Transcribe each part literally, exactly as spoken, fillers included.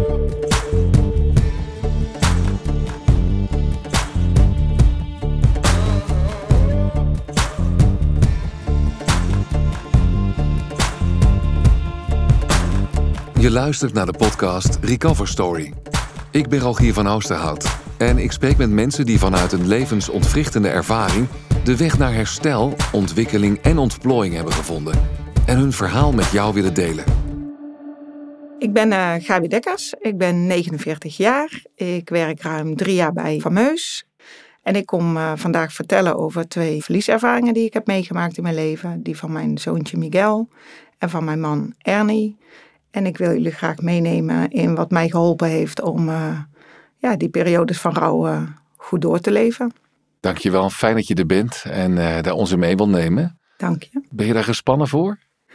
Je luistert naar de podcast Recover Story. Ik ben Rogier van Oosterhout en ik spreek met mensen die vanuit een levensontwrichtende ervaring de weg naar herstel, ontwikkeling en ontplooiing hebben gevonden en hun verhaal met jou willen delen. Ik ben uh, Gabi Dekkers, ik ben negenenveertig jaar. Ik werk ruim drie jaar bij Fameus. En ik kom uh, vandaag vertellen over twee verlieservaringen die ik heb meegemaakt in mijn leven. Die van mijn zoontje Miguel en van mijn man Ernie. En ik wil jullie graag meenemen in wat mij geholpen heeft om uh, ja, die periodes van rouw uh, goed door te leven. Dankjewel, fijn dat je er bent en uh, daar ons in mee wil nemen. Dank je. Ben je daar gespannen voor?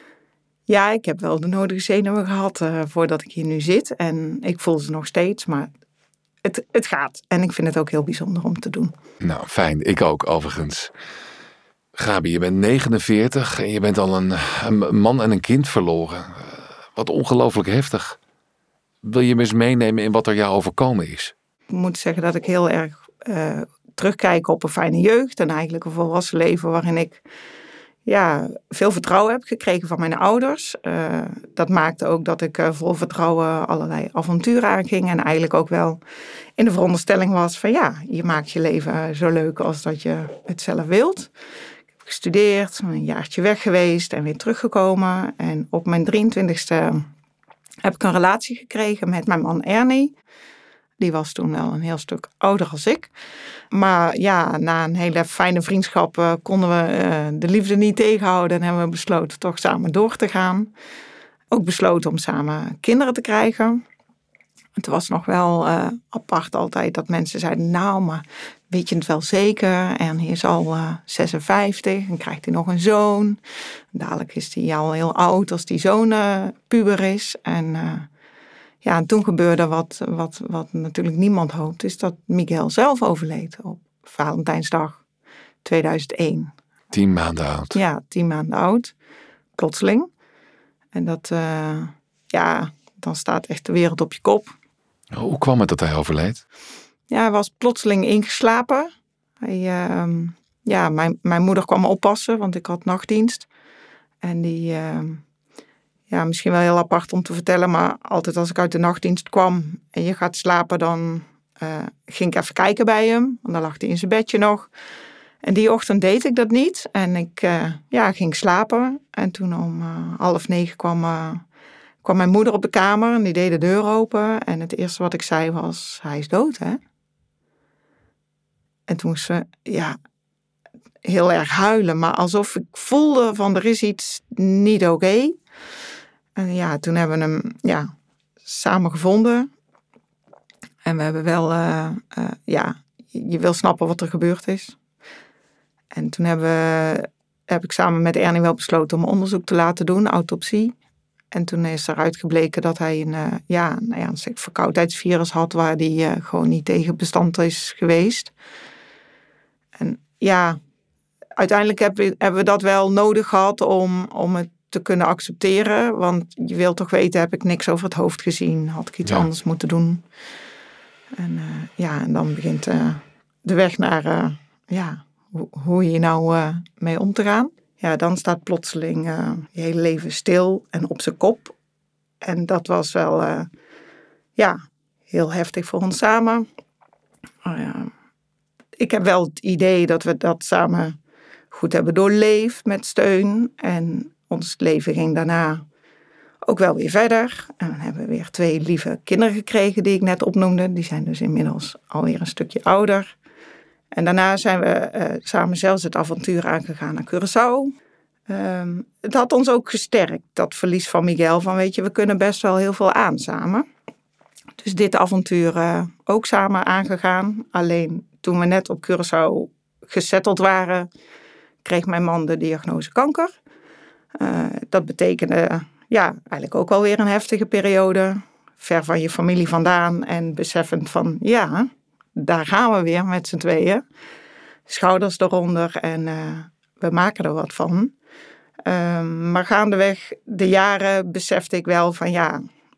Ja, ik heb wel de nodige zenuwen gehad uh, voordat ik hier nu zit. En ik voel ze nog steeds, maar het, het gaat. En ik vind het ook heel bijzonder om te doen. Nou, fijn. Ik ook, overigens. Gabi, je bent negenenveertig en je bent al een, een man en een kind verloren. Wat ongelooflijk heftig. Wil je me eens meenemen in wat er jou overkomen is? Ik moet zeggen dat ik heel erg uh, terugkijk op een fijne jeugd. En eigenlijk een volwassen leven waarin ik ja, veel vertrouwen heb gekregen van mijn ouders. Uh, dat maakte ook dat ik uh, vol vertrouwen allerlei avonturen aanging. En eigenlijk ook wel in de veronderstelling was van ja, je maakt je leven zo leuk als dat je het zelf wilt. Gestudeerd, een jaartje weg geweest en weer teruggekomen. En op mijn drieëntwintigste heb ik een relatie gekregen met mijn man Ernie. Die was toen wel een heel stuk ouder als ik. Maar ja, na een hele fijne vriendschap uh, konden we uh, de liefde niet tegenhouden. En hebben we besloten toch samen door te gaan. Ook besloten om samen kinderen te krijgen. Het was nog wel uh, apart altijd dat mensen zeiden, nou, maar weet je het wel zeker? En hij is al uh, zesenvijftig en krijgt hij nog een zoon. Dadelijk is hij al heel oud als die zoon uh, puber is. En uh, ja, en toen gebeurde wat, wat, wat natuurlijk niemand hoopt, is dat Miguel zelf overleed op Valentijnsdag tweeduizend één. Tien maanden oud. Ja, tien maanden oud. Plotseling. En dat, uh, ja, dan staat echt de wereld op je kop. Hoe kwam het dat hij overleed? Ja, hij was plotseling ingeslapen. Hij, uh, ja, mijn, mijn moeder kwam me oppassen, want ik had nachtdienst. En die, uh, ja, misschien wel heel apart om te vertellen, maar altijd als ik uit de nachtdienst kwam en je gaat slapen, dan uh, ging ik even kijken bij hem. Want dan lag hij in zijn bedje nog. En die ochtend deed ik dat niet. En ik uh, ja, ging slapen. En toen om uh, half negen kwam... Uh, kwam mijn moeder op de kamer en die deed de deur open. En het eerste wat ik zei was, hij is dood, hè? En toen moest ze, ja, heel erg huilen. Maar alsof ik voelde van, er is iets niet oké. Okay. En ja, toen hebben we hem, ja, samen gevonden. En we hebben wel, uh, uh, ja, je wil snappen wat er gebeurd is. En toen hebben we, heb ik samen met Ernie wel besloten om onderzoek te laten doen, autopsie. En toen is eruit gebleken dat hij een, uh, ja, nou ja, een verkoudheidsvirus had waar hij uh, gewoon niet tegen bestand is geweest. En ja, uiteindelijk hebben we, hebben we dat wel nodig gehad om, om het te kunnen accepteren. Want je wilt toch weten, heb ik niks over het hoofd gezien? Had ik iets ja. anders moeten doen? En uh, ja, en dan begint uh, de weg naar uh, ja, hoe, hoe je nou uh, mee om te gaan. Ja, dan staat plotseling uh, je hele leven stil en op zijn kop. En dat was wel uh, ja, heel heftig voor ons samen. Uh, ja. Ik heb wel het idee dat we dat samen goed hebben doorleefd met steun. En ons leven ging daarna ook wel weer verder. En dan hebben we weer twee lieve kinderen gekregen die ik net opnoemde. Die zijn dus inmiddels alweer een stukje ouder. En daarna zijn we uh, samen zelfs het avontuur aangegaan naar Curaçao. Um, het had ons ook gesterkt, dat verlies van Miguel. Van weet je, we kunnen best wel heel veel aan samen. Dus dit avontuur uh, ook samen aangegaan. Alleen toen we net op Curaçao gesetteld waren, kreeg mijn man de diagnose kanker. Uh, dat betekende ja, eigenlijk ook alweer een heftige periode. Ver van je familie vandaan en beseffend van ja, daar gaan we weer met z'n tweeën. Schouders eronder en uh, we maken er wat van. Um, maar gaandeweg de jaren besefte ik wel van ja,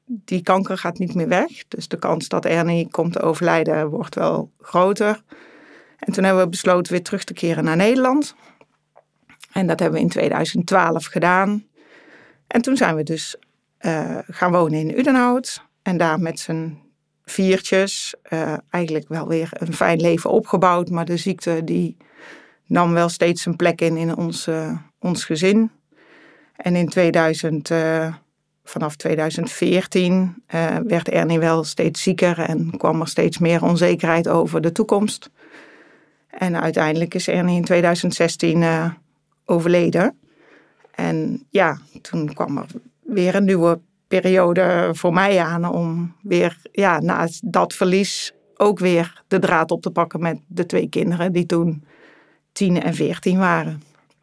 die kanker gaat niet meer weg. Dus de kans dat Ernie komt te overlijden wordt wel groter. En toen hebben we besloten weer terug te keren naar Nederland. En dat hebben we in tweeduizend twaalf gedaan. En toen zijn we dus uh, gaan wonen in Udenhout. En daar met z'n viertjes uh, eigenlijk wel weer een fijn leven opgebouwd. Maar de ziekte die nam wel steeds een plek in in ons, uh, ons gezin. En in tweeduizend, uh, vanaf tweeduizend veertien uh, werd Ernie wel steeds zieker. En kwam er steeds meer onzekerheid over de toekomst. En uiteindelijk is Ernie in tweeduizend zestien uh, overleden. En ja, toen kwam er weer een nieuwe periode voor mij aan om weer ja, na dat verlies ook weer de draad op te pakken met de twee kinderen die toen tien en veertien waren.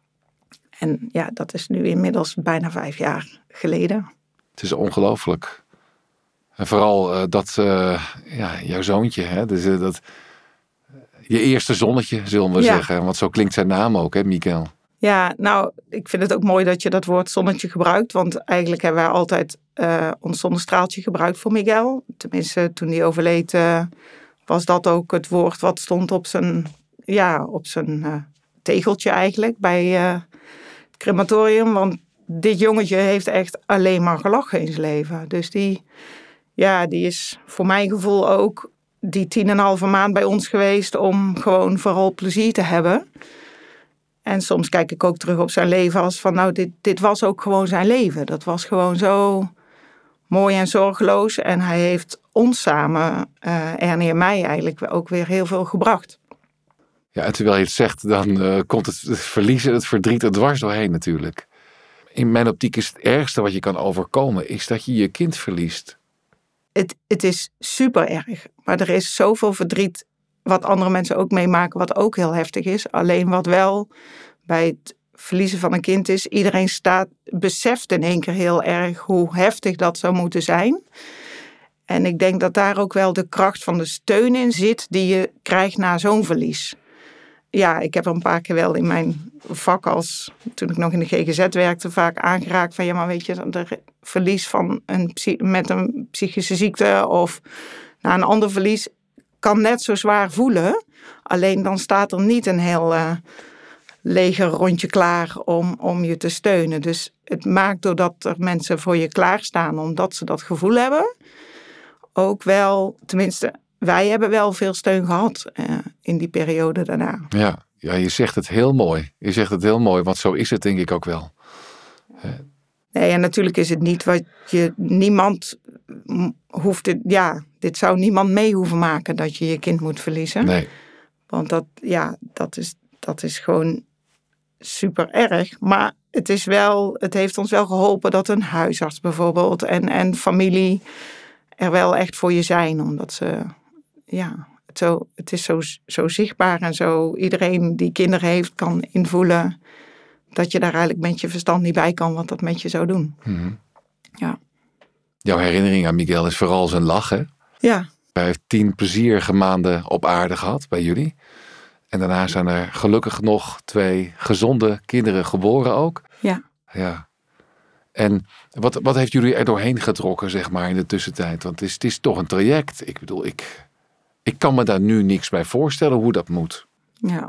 En ja, dat is nu inmiddels bijna vijf jaar geleden. Het is ongelooflijk. En vooral uh, dat uh, ja, jouw zoontje, hè, dus, uh, dat, je eerste zonnetje, zullen we ja. zeggen. Want zo klinkt zijn naam ook, hè, Miguel? Ja, nou, ik vind het ook mooi dat je dat woord zonnetje gebruikt. Want eigenlijk hebben wij altijd uh, ons zonnestraaltje gebruikt voor Miguel. Tenminste, toen hij overleed uh, was dat ook het woord wat stond op zijn, ja, op zijn uh, tegeltje eigenlijk bij uh, het crematorium. Want dit jongetje heeft echt alleen maar gelachen in zijn leven. Dus die, ja, die is voor mijn gevoel ook die tien en een halve maand bij ons geweest om gewoon vooral plezier te hebben. En soms kijk ik ook terug op zijn leven als van nou, dit, dit was ook gewoon zijn leven. Dat was gewoon zo mooi en zorgeloos. En hij heeft ons samen, uh, Ernie en mij eigenlijk ook weer heel veel gebracht. Ja, en terwijl je het zegt, dan uh, komt het, het verliezen, het verdriet er dwars doorheen natuurlijk. In mijn optiek is het ergste wat je kan overkomen, is dat je je kind verliest. Het, het is super erg, maar er is zoveel verdriet wat andere mensen ook meemaken, wat ook heel heftig is. Alleen wat wel bij het verliezen van een kind is, iedereen staat, beseft in één keer heel erg hoe heftig dat zou moeten zijn. En ik denk dat daar ook wel de kracht van de steun in zit die je krijgt na zo'n verlies. Ja, ik heb er een paar keer wel in mijn vak als, toen ik nog in de G G Z werkte, vaak aangeraakt van ja, maar weet je, de verlies van een, met een psychische ziekte of na een ander verlies kan net zo zwaar voelen. Alleen dan staat er niet een heel uh, leger rondje klaar om, om je te steunen. Dus het maakt doordat er mensen voor je klaarstaan omdat ze dat gevoel hebben, ook wel, tenminste, wij hebben wel veel steun gehad uh, in die periode daarna. Ja, ja, je zegt het heel mooi. Je zegt het heel mooi, want zo is het denk ik ook wel. Uh. Nee, en natuurlijk is het niet wat je, niemand hoeft het, ja, dit zou niemand mee hoeven maken dat je je kind moet verliezen. Nee. Want dat, ja, dat is, dat is gewoon super erg. Maar het is wel, het heeft ons wel geholpen dat een huisarts bijvoorbeeld en, en familie er wel echt voor je zijn. Omdat ze, ja, het, zo, het is zo, zo zichtbaar en zo iedereen die kinderen heeft kan invoelen dat je daar eigenlijk met je verstand niet bij kan wat dat met je zou doen. Mm-hmm. Ja. Jouw herinnering aan Miguel is vooral zijn lach, hè? Ja. Hij heeft tien plezierige maanden op aarde gehad bij jullie. En daarna zijn er gelukkig nog twee gezonde kinderen geboren ook. Ja. Ja. En wat, wat heeft jullie er doorheen getrokken, zeg maar, in de tussentijd? Want het is, het is toch een traject. Ik bedoel, ik, ik kan me daar nu niks bij voorstellen hoe dat moet. Ja.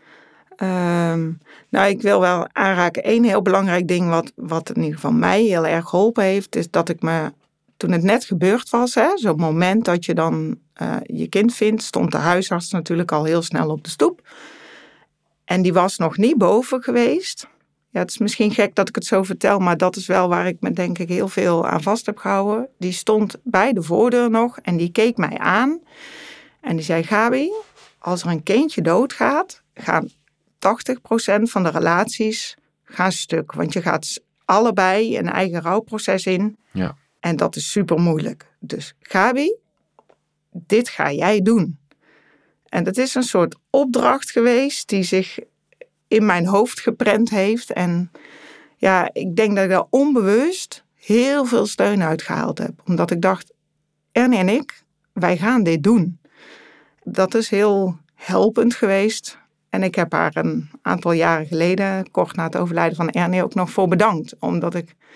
Um, nou, ik wil wel aanraken. Eén heel belangrijk ding wat, wat in ieder geval mij heel erg geholpen heeft, is dat ik me, toen het net gebeurd was, hè, zo'n moment dat je dan uh, je kind vindt, stond de huisarts natuurlijk al heel snel op de stoep. En die was nog niet boven geweest. Ja, het is misschien gek dat ik het zo vertel, maar dat is wel waar ik me denk ik heel veel aan vast heb gehouden. Die stond bij de voordeur nog en die keek mij aan. En die zei, Gabi, als er een kindje doodgaat, gaan tachtig procent van de relaties gaan stuk. Want je gaat allebei een eigen rouwproces in. Ja. En dat is super moeilijk. Dus Gabi, dit ga jij doen. En dat is een soort opdracht geweest die zich in mijn hoofd geprent heeft. En ja, ik denk dat ik daar onbewust heel veel steun uit gehaald heb. Omdat ik dacht, Ernie en ik, wij gaan dit doen. Dat is heel helpend geweest. En ik heb haar een aantal jaren geleden, kort na het overlijden van Ernie, ook nog voor bedankt. Omdat ik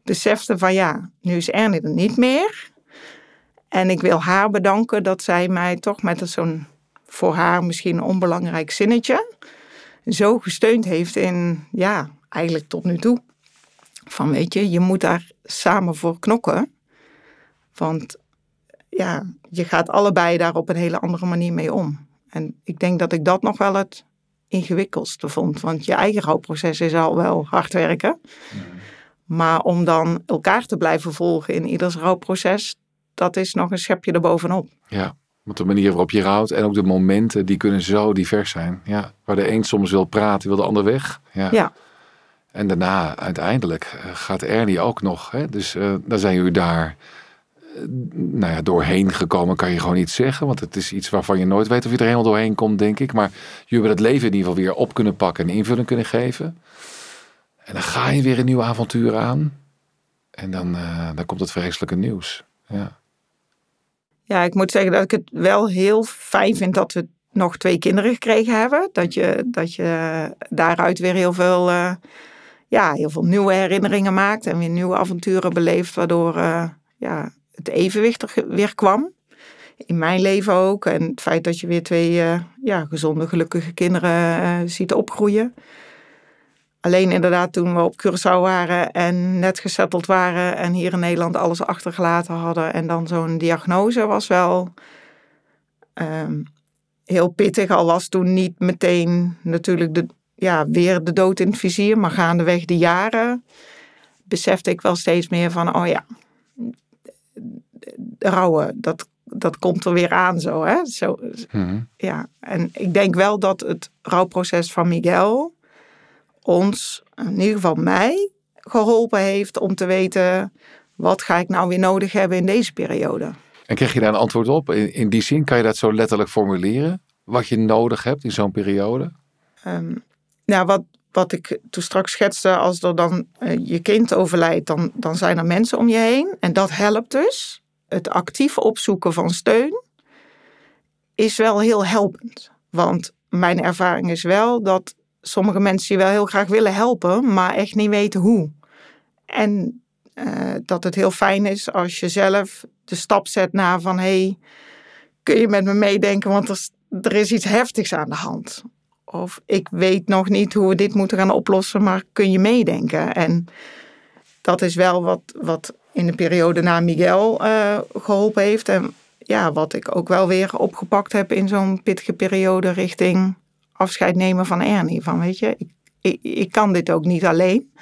besefte van ja, nu is Ernie er niet meer. En ik wil haar bedanken dat zij mij toch met zo'n voor haar misschien onbelangrijk zinnetje zo gesteund heeft in, ja, eigenlijk tot nu toe. Van weet je, je moet daar samen voor knokken. Want ja, je gaat allebei daar op een hele andere manier mee om. En ik denk dat ik dat nog wel het ingewikkeldste vond. Want je eigen rouwproces is al wel hard werken. Mm. Maar om dan elkaar te blijven volgen in ieders rouwproces, dat is nog een schepje erbovenop. Ja, want de manier waarop je rouwt en ook de momenten, die kunnen zo divers zijn. Ja, waar de een soms wil praten, wil de ander weg. Ja. ja. En daarna, uiteindelijk, gaat Ernie ook nog. Hè? Dus uh, dan zijn jullie daar uh, nou ja, doorheen gekomen, kan je gewoon niet zeggen. Want het is iets waarvan je nooit weet of je er helemaal doorheen komt, denk ik. Maar jullie hebben het leven in ieder geval weer op kunnen pakken en invulling kunnen geven. En dan ga je weer een nieuw avontuur aan. En dan, uh, dan komt het vreselijke nieuws. Ja. Ja, ik moet zeggen dat ik het wel heel fijn vind dat we nog twee kinderen gekregen hebben. Dat je, dat je daaruit weer heel veel, uh, ja, heel veel nieuwe herinneringen maakt. En weer nieuwe avonturen beleeft. Waardoor uh, ja, het evenwicht er weer kwam. In mijn leven ook. En het feit dat je weer twee uh, ja, gezonde, gelukkige kinderen uh, ziet opgroeien. Alleen inderdaad toen we op Curaçao waren en net gesetteld waren en hier in Nederland alles achtergelaten hadden en dan zo'n diagnose was wel um, heel pittig. Al was toen niet meteen natuurlijk de, ja, weer de dood in het vizier, maar gaandeweg de jaren besefte ik wel steeds meer van, oh ja, rouwen, dat, dat komt er weer aan zo. Hè? zo mm-hmm. Ja. En ik denk wel dat het rouwproces van Miguel ons, in ieder geval mij, geholpen heeft om te weten, wat ga ik nou weer nodig hebben in deze periode. En kreeg je daar een antwoord op? In, in die zin kan je dat zo letterlijk formuleren? Wat je nodig hebt in zo'n periode? Um, nou, wat, wat ik toen straks schetste, als er dan uh, je kind overlijdt, dan, dan zijn er mensen om je heen. En dat helpt dus. Het actief opzoeken van steun is wel heel helpend. Want mijn ervaring is wel dat sommige mensen je wel heel graag willen helpen, maar echt niet weten hoe. En uh, dat het heel fijn is als je zelf de stap zet naar van, hey, kun je met me meedenken, want er, er is iets heftigs aan de hand. Of ik weet nog niet hoe we dit moeten gaan oplossen, maar kun je meedenken? En dat is wel wat, wat in de periode na Miguel uh, geholpen heeft. En ja, wat ik ook wel weer opgepakt heb in zo'n pittige periode richting afscheid nemen van Ernie. Van weet je, ik, ik, ik kan dit ook niet alleen.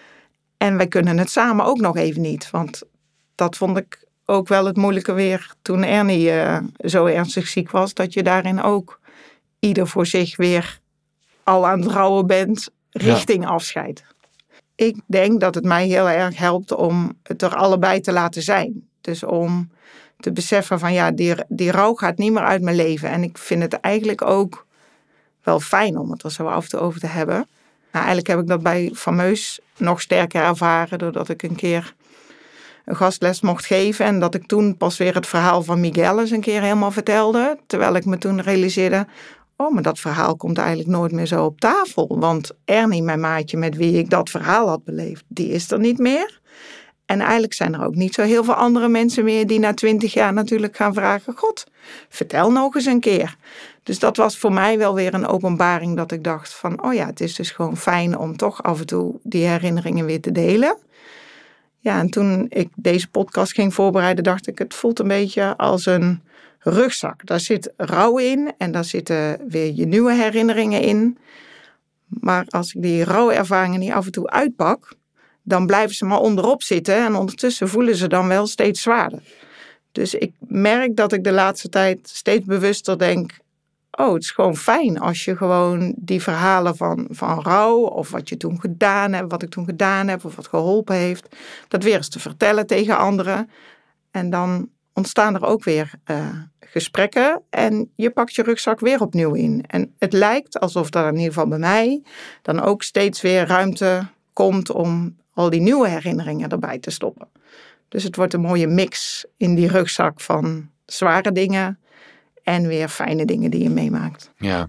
En wij kunnen het samen ook nog even niet. Want dat vond ik ook wel het moeilijke weer toen Ernie uh, zo ernstig ziek was. Dat je daarin ook ieder voor zich weer al aan het rouwen bent richting ja. afscheid. Ik denk dat het mij heel erg helpt om het er allebei te laten zijn. Dus om te beseffen van ja, die, die rouw gaat niet meer uit mijn leven. En ik vind het eigenlijk ook wel fijn om het er zo af en toe over te hebben. Nou, eigenlijk heb ik dat bij Fameus nog sterker ervaren, doordat ik een keer een gastles mocht geven en dat ik toen pas weer het verhaal van Miguel eens een keer helemaal vertelde. Terwijl ik me toen realiseerde, oh, maar dat verhaal komt eigenlijk nooit meer zo op tafel. Want Ernie, mijn maatje met wie ik dat verhaal had beleefd, die is er niet meer. En eigenlijk zijn er ook niet zo heel veel andere mensen meer die na twintig jaar natuurlijk gaan vragen, God, vertel nog eens een keer. Dus dat was voor mij wel weer een openbaring dat ik dacht van, oh ja, het is dus gewoon fijn om toch af en toe die herinneringen weer te delen. Ja, en toen ik deze podcast ging voorbereiden, dacht ik, het voelt een beetje als een rugzak. Daar zit rouw in en daar zitten weer je nieuwe herinneringen in. Maar als ik die rouwervaringen niet af en toe uitpak, dan blijven ze maar onderop zitten en ondertussen voelen ze dan wel steeds zwaarder. Dus ik merk dat ik de laatste tijd steeds bewuster denk, oh, het is gewoon fijn als je gewoon die verhalen van, van rouw of wat je toen gedaan hebt, wat ik toen gedaan heb of wat geholpen heeft, dat weer eens te vertellen tegen anderen. En dan ontstaan er ook weer uh, gesprekken en je pakt je rugzak weer opnieuw in. En het lijkt alsof er in ieder geval bij mij dan ook steeds weer ruimte komt om al die nieuwe herinneringen erbij te stoppen. Dus het wordt een mooie mix in die rugzak van zware dingen en weer fijne dingen die je meemaakt. Ja,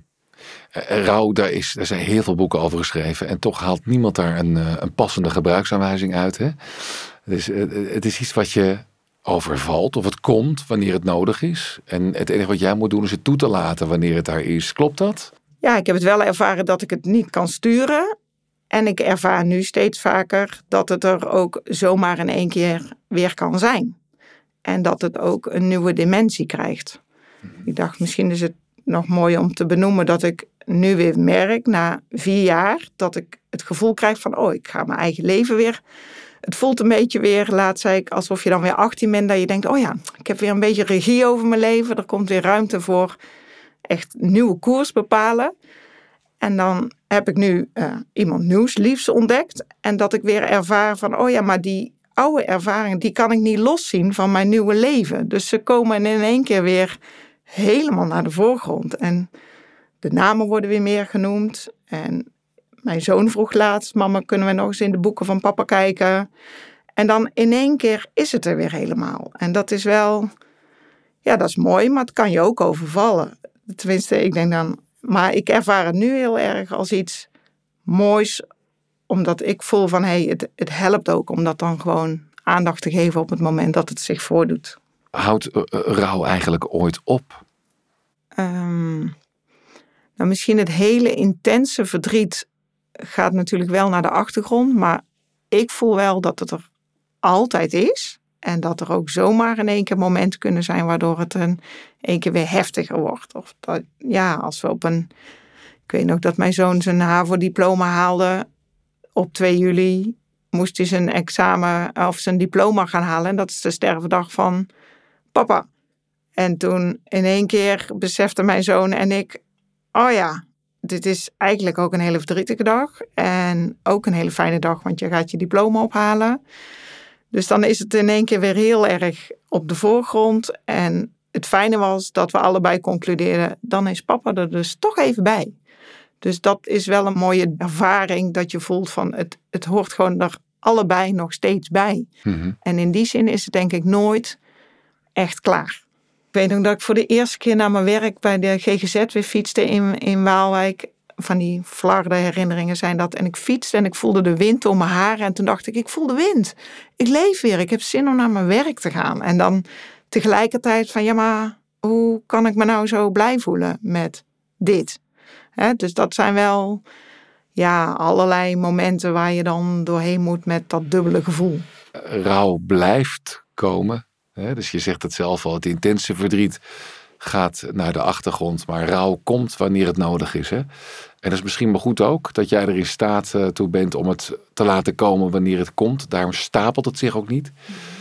Uh, rouw, daar, is, daar zijn heel veel boeken over geschreven. En toch haalt niemand daar een, uh, een passende gebruiksaanwijzing uit. Hè? Dus uh, het is iets wat je overvalt of het komt wanneer het nodig is. En het enige wat jij moet doen is het toe te laten wanneer het daar is. Klopt dat? Ja, ik heb het wel ervaren dat ik het niet kan sturen. En ik ervaar nu steeds vaker dat het er ook zomaar in één keer weer kan zijn. En dat het ook een nieuwe dimensie krijgt. Mm-hmm. Ik dacht, misschien is het nog mooi om te benoemen dat ik nu weer merk, na vier jaar, dat ik het gevoel krijg van, oh, ik ga mijn eigen leven weer. Het voelt een beetje weer, laatst zei ik, alsof je dan weer achttien bent, dat je denkt, oh ja, ik heb weer een beetje regie over mijn leven. Er komt weer ruimte voor echt nieuwe koers bepalen. En dan heb ik nu uh, iemand nieuws, liefs ontdekt. En dat ik weer ervaar van, oh ja, maar die oude ervaringen, die kan ik niet loszien van mijn nieuwe leven. Dus ze komen in één keer weer helemaal naar de voorgrond. En de namen worden weer meer genoemd. En mijn zoon vroeg laatst, mama, kunnen we nog eens in de boeken van papa kijken? En dan in één keer is het er weer helemaal. En dat is wel, ja, dat is mooi, maar het kan je ook overvallen. Tenminste, ik denk dan, maar ik ervaar het nu heel erg als iets moois, omdat ik voel van, hé, hey, het, het helpt ook om dat dan gewoon aandacht te geven op het moment dat het zich voordoet. Houdt uh, rouw eigenlijk ooit op? Um, nou, misschien het hele intense verdriet gaat natuurlijk wel naar de achtergrond, maar ik voel wel dat het er altijd is. En dat er ook zomaar in één keer momenten kunnen zijn waardoor het een één keer weer heftiger wordt. Of dat, ja, als we op een... Ik weet nog dat mijn zoon zijn HAVO-diploma haalde. Op twee juli moest hij zijn examen of zijn diploma gaan halen. En dat is de sterfdag van papa. En toen in één keer beseften mijn zoon en ik, oh ja, dit is eigenlijk ook een hele verdrietige dag. En ook een hele fijne dag, want je gaat je diploma ophalen. Dus dan is het in één keer weer heel erg op de voorgrond. En het fijne was dat we allebei concludeerden, dan is papa er dus toch even bij. Dus dat is wel een mooie ervaring dat je voelt van het, het hoort gewoon er allebei nog steeds bij. Mm-hmm. En in die zin is het denk ik nooit echt klaar. Ik weet nog dat ik voor de eerste keer naar mijn werk bij de G G Z weer fietste in, in Waalwijk. Van die flarde herinneringen zijn dat. En ik fietste en ik voelde de wind om mijn haren. En toen dacht ik, ik voel de wind. Ik leef weer. Ik heb zin om naar mijn werk te gaan. En dan tegelijkertijd van, ja, maar hoe kan ik me nou zo blij voelen met dit? He, dus dat zijn wel ja, allerlei momenten waar je dan doorheen moet met dat dubbele gevoel. Rouw blijft komen. Hè? Dus je zegt het zelf al, het intense verdriet gaat naar de achtergrond. Maar rouw komt wanneer het nodig is. Hè? En dat is misschien maar goed ook dat jij er in staat uh, toe bent om het te laten komen wanneer het komt. Daarom stapelt het zich ook niet.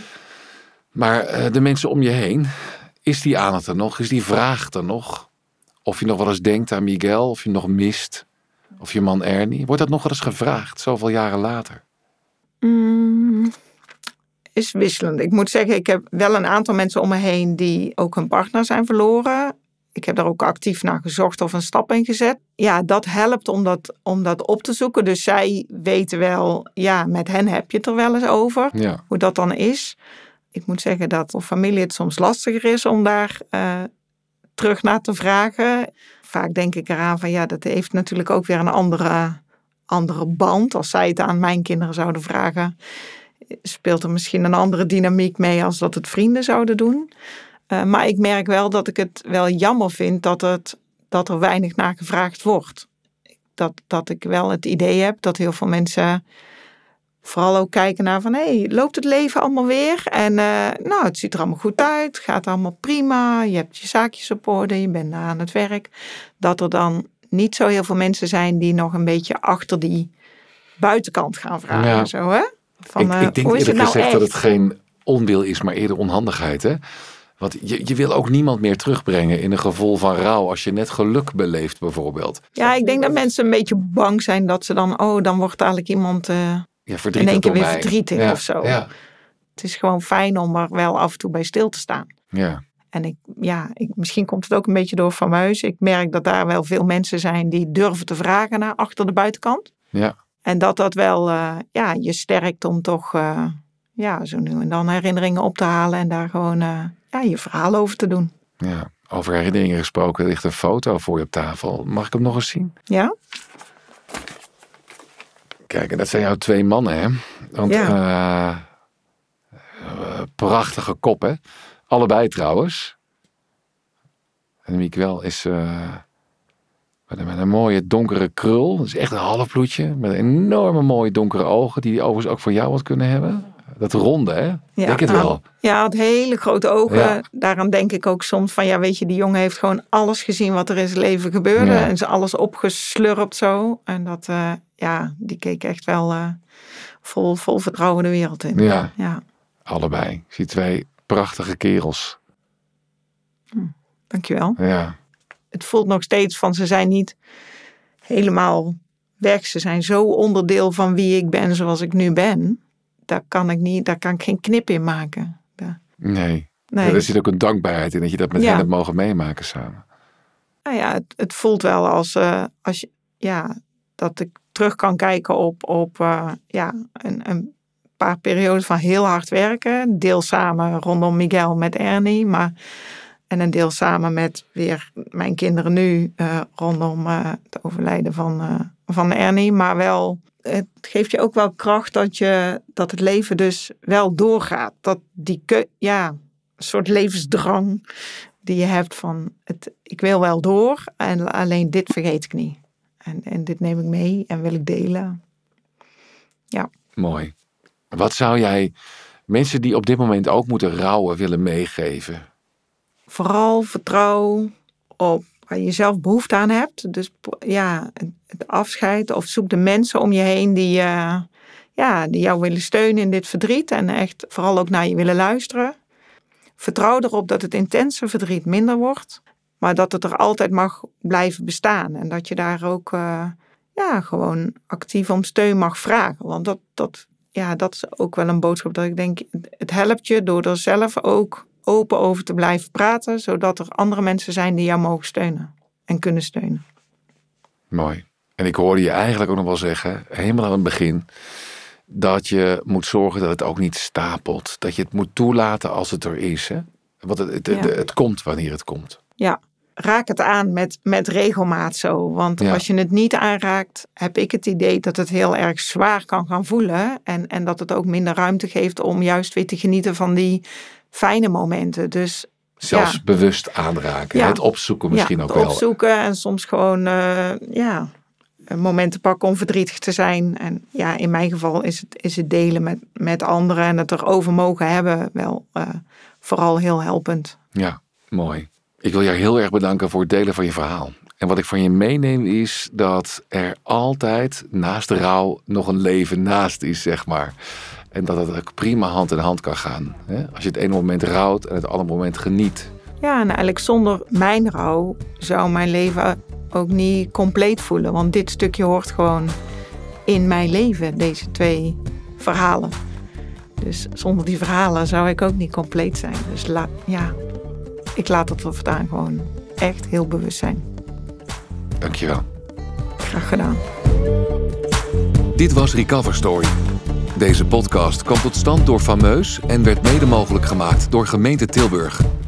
Maar uh, de mensen om je heen, is die aandacht er nog? Is die vraag er nog? Of je nog wel eens denkt aan Miguel, of je nog mist, of je man Ernie. Wordt dat nog wel eens gevraagd, zoveel jaren later? Mm, is wisselend. Ik moet zeggen, ik heb wel een aantal mensen om me heen die ook hun partner zijn verloren. Ik heb daar ook actief naar gezocht of een stap in gezet. Ja, dat helpt om dat, om dat op te zoeken. Dus zij weten wel, ja, met hen heb je het er wel eens over. Ja. Hoe dat dan is. Ik moet zeggen dat voor familie het soms lastiger is om daar uh, terug naar te vragen. Vaak denk ik eraan van ja, dat heeft natuurlijk ook weer een andere, andere band. Als zij het aan mijn kinderen zouden vragen, speelt er misschien een andere dynamiek mee als dat het vrienden zouden doen. Uh, maar ik merk wel dat ik het wel jammer vind dat, het, dat er weinig naar gevraagd wordt. Dat, dat ik wel het idee heb dat heel veel mensen vooral ook kijken naar van, hé, hey, loopt het leven allemaal weer? En uh, nou, het ziet er allemaal goed uit, gaat allemaal prima, je hebt je zaakjes op orde, je bent aan het werk. Dat er dan niet zo heel veel mensen zijn die nog een beetje achter die buitenkant gaan vragen. Ja. Zo, hè? Van, ik, uh, ik denk hoe is eerder het nou gezegd echt? Dat het geen onwil is, maar eerder onhandigheid, hè? Want je, je wil ook niemand meer terugbrengen in een gevoel van rouw als je net geluk beleeft bijvoorbeeld. Ja, ik denk dat mensen een beetje bang zijn dat ze dan, oh, dan wordt eigenlijk iemand uh, ja, in één keer weer mij. verdrietig ja, of zo. Ja. Het is gewoon fijn om er wel af en toe bij stil te staan. Ja. En ik, ja, ik, misschien komt het ook een beetje door Fameuses. Ik merk dat daar wel veel mensen zijn die durven te vragen naar achter de buitenkant. Ja. En dat dat wel uh, ja, je sterkt om toch uh, ja, zo nu en dan herinneringen op te halen en daar gewoon uh, ja, je verhaal over te doen. Ja. Over herinneringen gesproken, er ligt een foto voor je op tafel. Mag ik hem nog eens zien? Ja? Kijk, en dat zijn jouw twee mannen, hè? Want, Ja. Uh, uh, prachtige kop, hè? Allebei trouwens. En Miguel is uh, met, een, met een mooie donkere krul. Dat is echt een halfbloedje. Met enorme mooie donkere ogen. Die overigens ook voor jou wat kunnen hebben. Dat ronde, hè? Ja, denk het nou, wel. Ja, had hele grote ogen. Ja. Daaraan denk ik ook soms van, ja, weet je, die jongen heeft gewoon alles gezien wat er in zijn leven gebeurde. Ja. En ze alles opgeslurpt zo. En dat, uh, ja, die keek echt wel uh, vol, vol vertrouwen de wereld in. Ja, ja. Allebei. Ik zie twee prachtige kerels. Hm, dankjewel. Ja. Het voelt nog steeds van, ze zijn niet helemaal weg. Ze zijn zo onderdeel van wie ik ben zoals ik nu ben. Daar kan ik niet, daar kan ik geen knip in maken. Daar. Nee. nee. Ja, er zit ook een dankbaarheid in dat je dat met ja. hen hebt mogen meemaken samen. Nou ja, het, het voelt wel als, uh, als je, ja, dat ik terug kan kijken op, op uh, ja, een, een paar periodes van heel hard werken. Deel samen rondom Miguel met Ernie, maar en een deel samen met weer mijn kinderen nu uh, rondom uh, het overlijden van, uh, van Ernie. Maar wel, het geeft je ook wel kracht dat, je, dat het leven dus wel doorgaat. Dat die, ke- ja, een soort levensdrang die je hebt van, het, ik wil wel door en alleen dit vergeet ik niet. En, en dit neem ik mee en wil ik delen. Ja. Mooi. Wat zou jij mensen die op dit moment ook moeten rouwen willen meegeven? Vooral vertrouw op waar je zelf behoefte aan hebt. Dus ja, het afscheid of zoek de mensen om je heen die, uh, ja, die jou willen steunen in dit verdriet. En echt vooral ook naar je willen luisteren. Vertrouw erop dat het intense verdriet minder wordt. Maar dat het er altijd mag blijven bestaan. En dat je daar ook uh, ja, gewoon actief om steun mag vragen. Want dat, dat, ja, dat is ook wel een boodschap dat ik denk, het helpt je door er zelf ook open over te blijven praten. Zodat er andere mensen zijn die jou mogen steunen. En kunnen steunen. Mooi. En ik hoorde je eigenlijk ook nog wel zeggen, helemaal aan het begin, dat je moet zorgen dat het ook niet stapelt. Dat je het moet toelaten als het er is. Hè? Want het, het, ja. het, het komt wanneer het komt. Ja, raak het aan met, met regelmaat zo. Want ja. als je het niet aanraakt, heb ik het idee dat het heel erg zwaar kan gaan voelen. En, en dat het ook minder ruimte geeft om juist weer te genieten van die fijne momenten. Dus zelfs ja. bewust aanraken. Ja. Het opzoeken misschien ja, ook het wel. opzoeken en soms gewoon uh, ja, momenten pakken om verdrietig te zijn. En ja, in mijn geval is het, is het delen met, met anderen en het erover mogen hebben wel uh, vooral heel helpend. Ja, mooi. Ik wil jou heel erg bedanken voor het delen van je verhaal. En wat ik van je meeneem is dat er altijd naast de rouw nog een leven naast is, zeg maar. En dat het ook prima hand in hand kan gaan. Hè? Als je het ene moment rouwt en het andere moment geniet. Ja, en eigenlijk zonder mijn rouw zou mijn leven ook niet compleet voelen. Want dit stukje hoort gewoon in mijn leven, deze twee verhalen. Dus zonder die verhalen zou ik ook niet compleet zijn. Dus la- ja, ik laat het er voortaan gewoon echt heel bewust zijn. Dankjewel. Graag gedaan. Dit was Recover Story. Deze podcast kwam tot stand door Fameus en werd mede mogelijk gemaakt door Gemeente Tilburg.